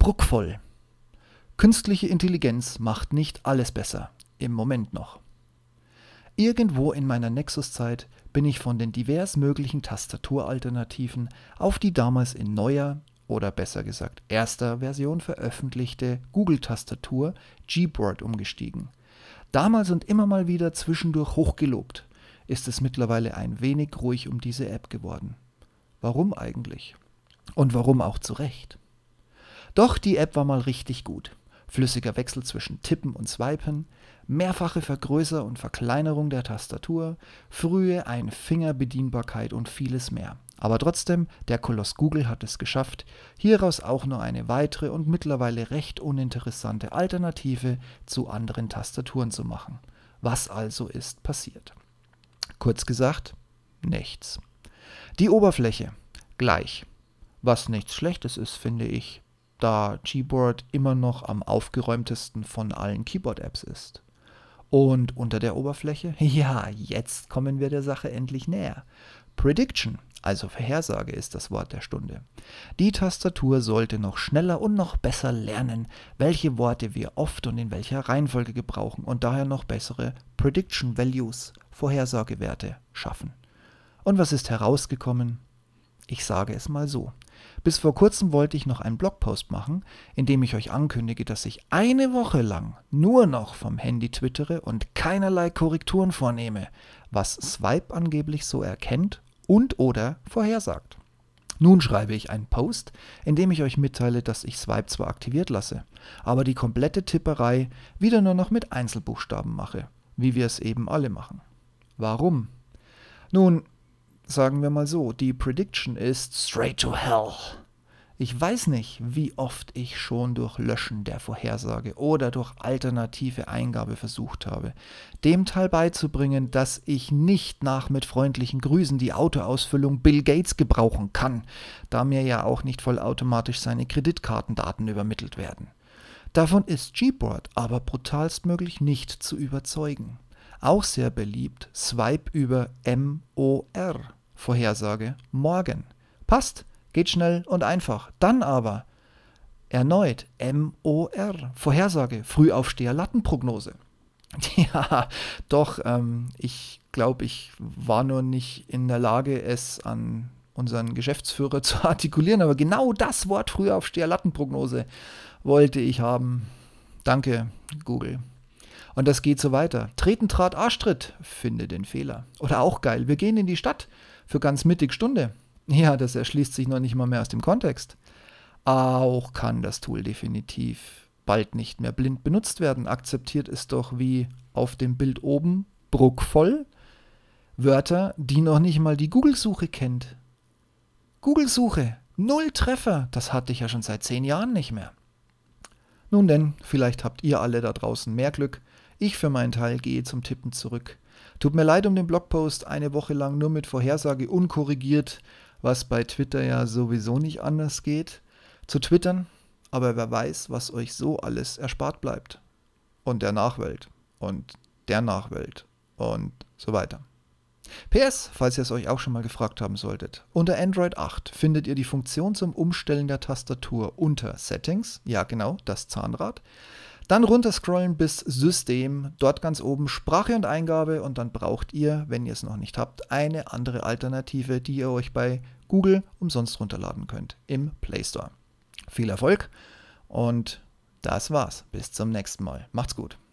Pruckvoll. Künstliche Intelligenz macht nicht alles besser. Im Moment noch. Irgendwo in meiner Nexus-Zeit bin ich von den divers möglichen Tastaturalternativen auf die damals in neuer oder besser gesagt erster Version veröffentlichte Google-Tastatur Gboard umgestiegen. Damals und immer mal wieder zwischendurch hochgelobt, ist es mittlerweile ein wenig ruhig um diese App geworden. Warum eigentlich? Und warum auch zu Recht? Doch die App war mal richtig gut. Flüssiger Wechsel zwischen Tippen und Swipen, mehrfache Vergrößer- und Verkleinerung der Tastatur, frühe Einfingerbedienbarkeit und vieles mehr. Aber trotzdem, der Koloss Google hat es geschafft, hieraus auch nur eine weitere und mittlerweile recht uninteressante Alternative zu anderen Tastaturen zu machen. Was also ist passiert? Kurz gesagt, nichts. Die Oberfläche, gleich. Was nichts Schlechtes ist, finde ich, da Gboard immer noch am aufgeräumtesten von allen Keyboard-Apps ist. Und unter der Oberfläche? Ja, jetzt kommen wir der Sache endlich näher. Prediction, also Vorhersage, ist das Wort der Stunde. Die Tastatur sollte noch schneller und noch besser lernen, welche Worte wir oft und in welcher Reihenfolge gebrauchen und daher noch bessere Prediction Values, Vorhersagewerte, schaffen. Und was ist herausgekommen? Ich sage es mal so. Bis vor kurzem wollte ich noch einen Blogpost machen, in dem ich euch ankündige, dass ich eine Woche lang nur noch vom Handy twittere und keinerlei Korrekturen vornehme, was Swipe angeblich so erkennt und oder vorhersagt. Nun schreibe ich einen Post, in dem ich euch mitteile, dass ich Swipe zwar aktiviert lasse, aber die komplette Tipperei wieder nur noch mit Einzelbuchstaben mache, wie wir es eben alle machen. Warum? Nun, sagen wir mal so, die Prediction ist straight to hell. Ich weiß nicht, wie oft ich schon durch Löschen der Vorhersage oder durch alternative Eingabe versucht habe, dem Teil beizubringen, dass ich nicht nach mit freundlichen Grüßen die Autoausfüllung Bill Gates gebrauchen kann, da mir ja auch nicht vollautomatisch seine Kreditkartendaten übermittelt werden. Davon ist Gboard aber brutalstmöglich nicht zu überzeugen. Auch sehr beliebt Swipe über MOR, Vorhersage morgen. Passt. Geht schnell und einfach. Dann aber erneut MOR, Vorhersage, Frühaufsteher, Lattenprognose. Ja, doch, ich glaube, ich war nur nicht in der Lage, es an unseren Geschäftsführer zu artikulieren, aber genau das Wort Frühaufsteher, Lattenprognose wollte ich haben. Danke, Google. Und das geht so weiter. Treten, Trat, Arschtritt, finde den Fehler. Oder auch geil, wir gehen in die Stadt für ganz mittig Stunde. Ja, das erschließt sich noch nicht mal mehr aus dem Kontext. Auch kann das Tool definitiv bald nicht mehr blind benutzt werden. Akzeptiert es doch wie auf dem Bild oben, bruckvoll, Wörter, die noch nicht mal die Google-Suche kennt. Google-Suche, 0 Treffer, das hatte ich ja schon seit 10 Jahren nicht mehr. Nun denn, vielleicht habt ihr alle da draußen mehr Glück. Ich für meinen Teil gehe zum Tippen zurück. Tut mir leid um den Blogpost, eine Woche lang nur mit Vorhersage unkorrigiert, was bei Twitter ja sowieso nicht anders geht, zu twittern, aber wer weiß, was euch so alles erspart bleibt. Und der Nachwelt und der Nachwelt und so weiter. PS, falls ihr es euch auch schon mal gefragt haben solltet, unter Android 8 findet ihr die Funktion zum Umstellen der Tastatur unter Settings, ja genau, das Zahnrad, dann runterscrollen bis System, dort ganz oben Sprache und Eingabe und dann braucht ihr, wenn ihr es noch nicht habt, eine andere Alternative, die ihr euch bei Google umsonst runterladen könnt im Play Store. Viel Erfolg und das war's. Bis zum nächsten Mal. Macht's gut.